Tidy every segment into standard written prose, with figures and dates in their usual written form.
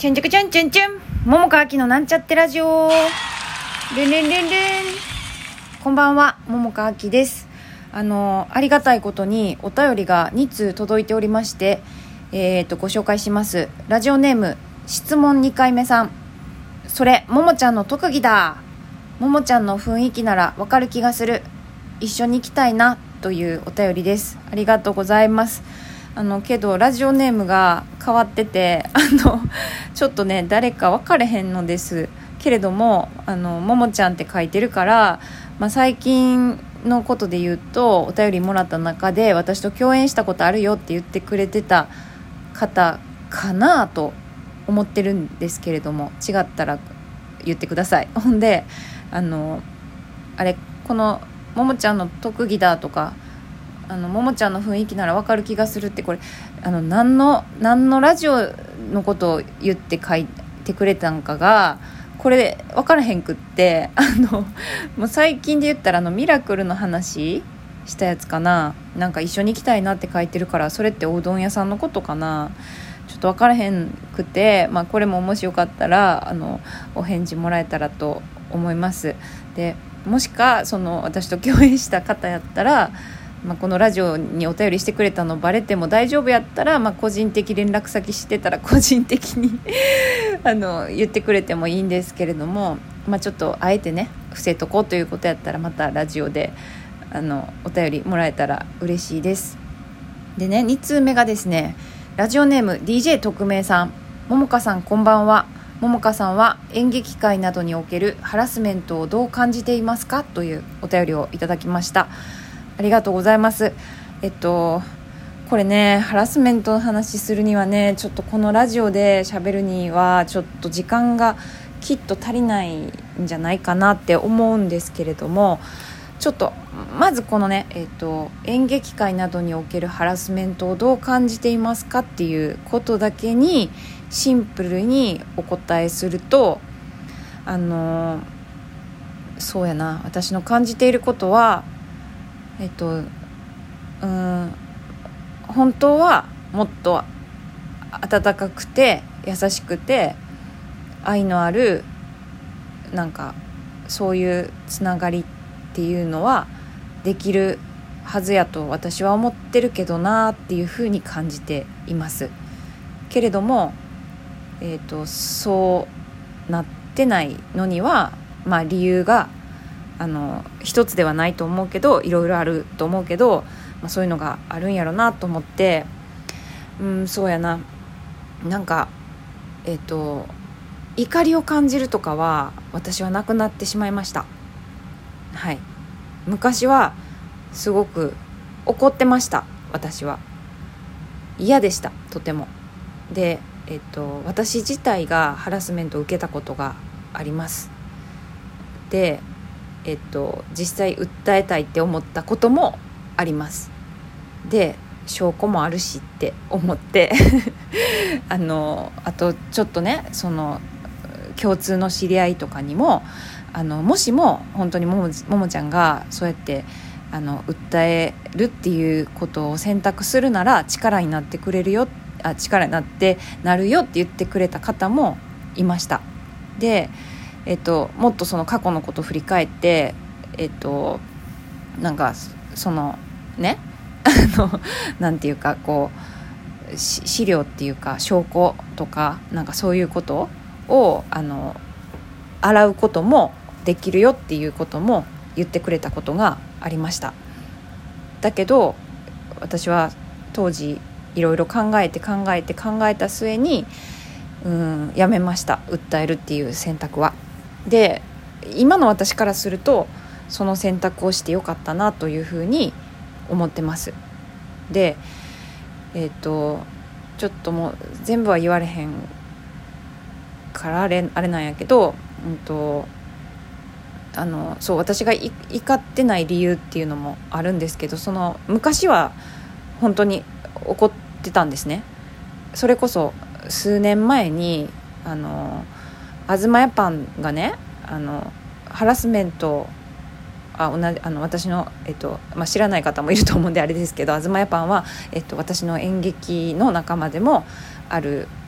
ちゅんちゅくちゅんちゅんちゅん、桃川きのなんちゃってラジオ、ルンルンルンルン。こんばんは、桃川きです。ありがたいことにお便りが2通届いておりまして、ご紹介します。ラジオネーム質問2回目さん。それももちゃんの特技だ。ももちゃんの雰囲気ならわかる気がする。一緒に行きたいなというお便りです。ありがとうございます。けどラジオネームが変わっててちょっとね誰か分かれへんのですけれども、ももちゃんって書いてるから、最近のことで言うとお便りもらった中で私と共演したことあるよって言ってくれてた方かなと思ってるんですけれども、違ったら言ってください。ほんでこのももちゃんの特技だとかももちゃんの雰囲気なら分かる気がするって、これ何のラジオのことを言って書いてくれたんかがこれ分からへんくって、もう最近で言ったらミラクルの話したやつかな、なんか一緒に行きたいなって書いてるから、それっておうどん屋さんのことかな、ちょっと分からへんくて、これももしよかったらお返事もらえたらと思います。でもしか私と共演した方やったら、このラジオにお便りしてくれたのバレても大丈夫やったら、個人的連絡先してたら個人的に言ってくれてもいいんですけれども、ちょっとあえてね伏せとこうということやったらまたラジオでお便りもらえたら嬉しいです。でね、2通目がですね、ラジオネーム DJ 特命さん。ももかさんこんばんは。ももかさんは演劇界などにおけるハラスメントをどう感じていますかというお便りをいただきました。ありがとうございます。これね、ハラスメントの話するにはね、ちょっとこのラジオで喋るにはちょっと時間がきっと足りないんじゃないかなって思うんですけれども、ちょっとまずこのね、演劇界などにおけるハラスメントをどう感じていますかっていうことだけにシンプルにお答えすると、そうやな、私の感じていることは本当はもっと温かくて優しくて愛のあるなんかそういうつながりっていうのはできるはずやと私は思ってるけどなっていうふうに感じていますけれども、そうなってないのには理由が一つではないと思うけど、いろいろあると思うけど、そういうのがあるんやろなと思って、そうやな、なんか怒りを感じるとかは私はなくなってしまいました。はい、昔はすごく怒ってました。私は嫌でした、とても。で、私自体がハラスメントを受けたことがあります。で実際訴えたいって思ったこともあります。で証拠もあるしって思ってあとちょっとね、その共通の知り合いとかにももしも本当にももちゃんがそうやって訴えるっていうことを選択するなら力になってくれるよ、力になるよって言ってくれた方もいました。でもっとその過去のことを振り返ってなんかそのねなんていうかこう資料っていうか証拠とかなんかそういうことを洗うこともできるよっていうことも言ってくれたことがありました。だけど私は当時いろいろ考えた末にやめました、訴えるっていう選択は。で今の私からするとその選択をしてよかったなというふうに思ってます。でちょっともう全部は言われへんからあれなんやけど、そう私が怒ってない理由っていうのもあるんですけど、その昔は本当に怒ってたんですね。それこそ数年前に東屋パンがねハラスメント私の、知らない方もいると思うんであれですけど、東屋パンは、私の演劇の仲間でもある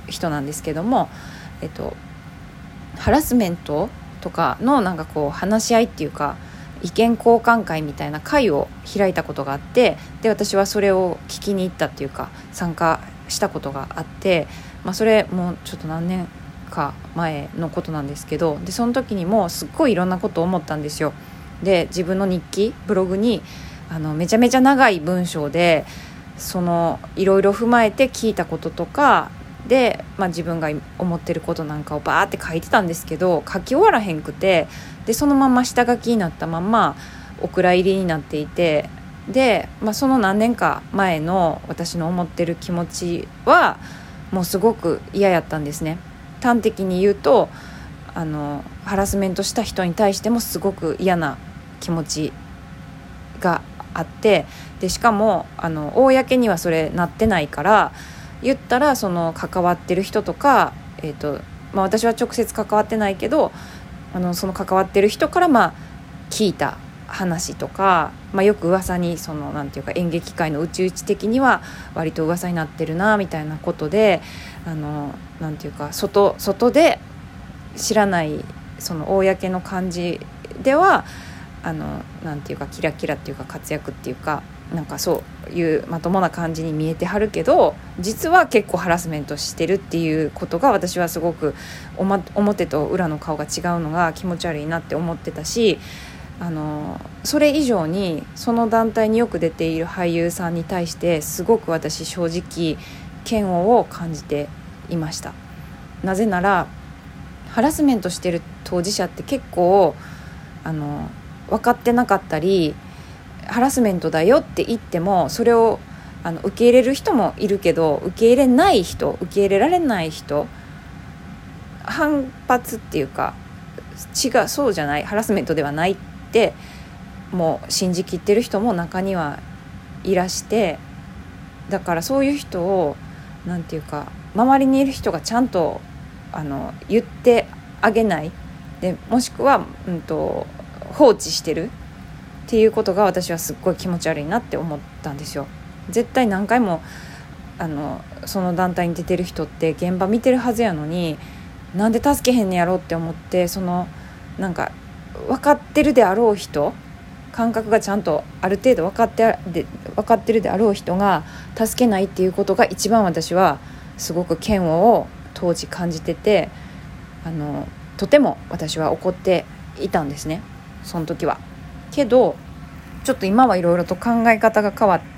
人なんですけども、ハラスメントとかのなんかこう話し合いっていうか意見交換会みたいな会を開いたことがあって、で私はそれを聞きに行ったっていうか参加したことがあって、それもうちょっと何年か前のことなんですけど、でその時にもすっごいいろんなことを思ったんですよ。で自分の日記ブログにめちゃめちゃ長い文章でそのいろいろ踏まえて聞いたこととかで、自分が思ってることなんかをバーって書いてたんですけど、書き終わらへんくて、でそのまま下書きになったままお蔵入りになっていて、で、その何年か前の私の思ってる気持ちはもうすごく嫌やったんですね。端的に言うとハラスメントした人に対してもすごく嫌な気持ちがあって、でしかも公にはそれなってないから、言ったらその関わってる人とか、私は直接関わってないけどその関わってる人から聞いた話とか、よく噂にそのなんていうか演劇界の内々的には割と噂になってるなみたいなことで、なんていうか外で知らないその公の感じではなんていうかキラキラっていうか活躍っていうかなんかそういうまともな感じに見えてはるけど、実は結構ハラスメントしてるっていうことが私はすごく表と裏の顔が違うのが気持ち悪いなって思ってたし、それ以上にその団体によく出ている俳優さんに対してすごく私正直嫌悪を感じていました。なぜならハラスメントしてる当事者って結構分かってなかったり、ハラスメントだよって言ってもそれを受け入れる人もいるけど、受け入れない人、受け入れられない人、反発っていうかそうじゃない、ハラスメントではないってもう信じきってる人も中にはいらして、だからそういう人をなんていうか周りにいる人がちゃんと言ってあげないで、もしくは、放置してるっていうことが私はすっごい気持ち悪いなって思ったんですよ。絶対何回もその団体に出てる人って現場見てるはずやのに、なんで助けへんねやろって思って、そのなんか分かってるであろう人、感覚がちゃんとある程度分かってるであろう人が助けないっていうことが一番私はすごく嫌悪を当時感じてて、とても私は怒っていたんですね、その時は。けどちょっと今はいろいろと考え方が変わって、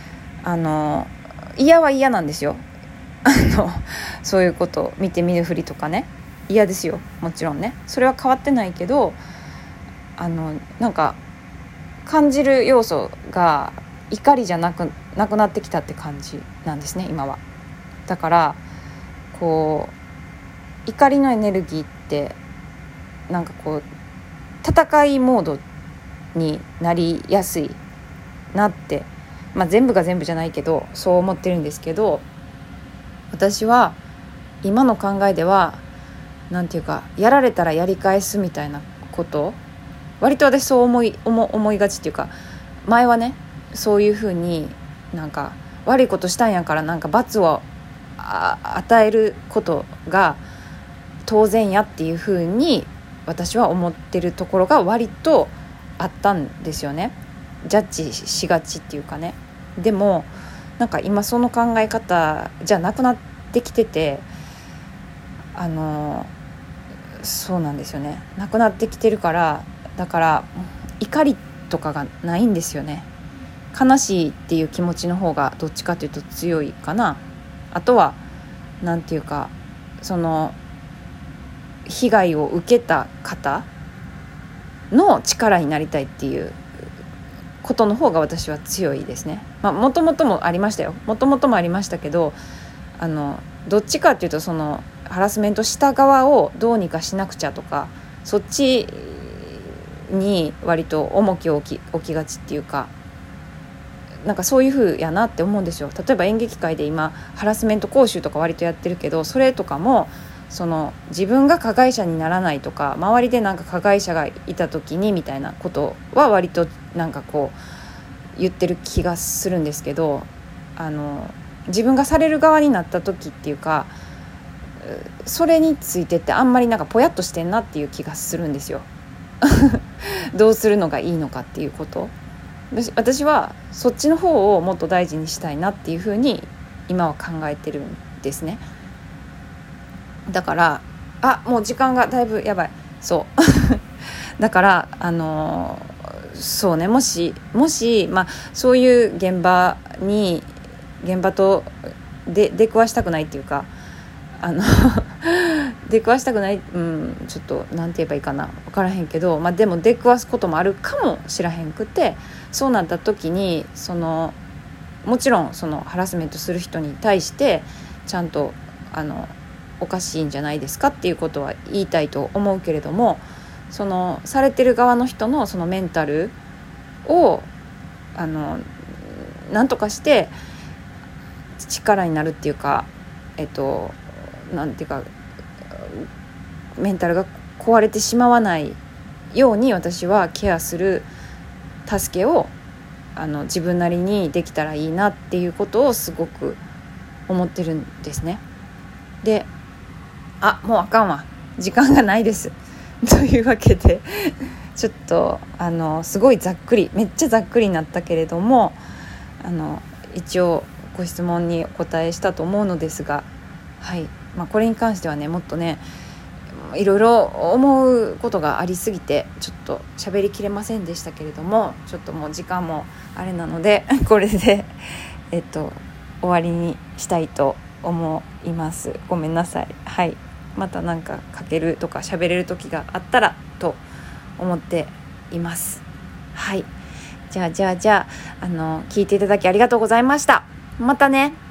嫌は嫌なんですよそういうこと見て見ぬふりとかね、嫌ですよ、もちろんね、それは変わってないけど、なんか感じる要素が怒りじゃなくなってきたって感じなんですね今は。だからこう怒りのエネルギーってなんかこう戦いモードになりやすいなって、全部が全部じゃないけどそう思ってるんですけど、私は今の考えではなんていうかやられたらやり返すみたいなこと割と私そう思いがちっていうか、前はねそういう風になんか悪いことしたんやからなんか罰を与えることが当然やっていう風に私は思ってるところが割とあったんですよね。ジャッジしがちっていうかね。でもなんか今その考え方じゃなくなってきてて、そうなんですよね、なくなってきてるから、だから怒りとかがないんですよね。悲しいっていう気持ちの方がどっちかというと強いかな。あとはなんていうかその被害を受けた方の力になりたいっていうことの方が私は強いですね。もともともありましたよ、もともともありましたけど、どっちかっていうとそのハラスメントした側をどうにかしなくちゃとか、そっちに割と重きを置きがちっていうか、なんかそういう風やなって思うんですよ。例えば演劇界で今ハラスメント講習とか割とやってるけど、それとかもその自分が加害者にならないとか、周りでなんか加害者がいた時にみたいなことは割となんかこう言ってる気がするんですけど、自分がされる側になった時っていうか、 それについてってあんまりなんかぽやっとしてんなっていう気がするんですよどうするのがいいのかっていうこと、私はそっちの方をもっと大事にしたいなっていうふうに今は考えてるんですね。だからもう時間がだいぶやばい。そうだからそうね、もし、そういう現場と出くわしたくないっていうか出くわしたくない、ちょっとなんて言えばいいかな、分からへんけど、でも出くわすこともあるかもしらへんくて、そうなった時にもちろんそのハラスメントする人に対してちゃんとおかしいんじゃないですかっていうことは言いたいと思うけれども、されてる側の人のそのメンタルをなんとかして力になるっていうか、なんていうか、メンタルが壊れてしまわないように私はケアする助けを自分なりにできたらいいなっていうことをすごく思ってるんですね。で、もうあかんわ、時間がないですというわけでちょっとすごいめっちゃざっくりになったけれども、一応ご質問にお答えしたと思うのですが、はい、これに関してはね、もっとねいろいろ思うことがありすぎてちょっと喋りきれませんでしたけれども、ちょっともう時間もあれなのでこれで終わりにしたいと思います。ごめんなさい。はい、またなんか書けるとか喋れる時があったらと思っています。はい、じゃあ聞いていただきありがとうございました。またね。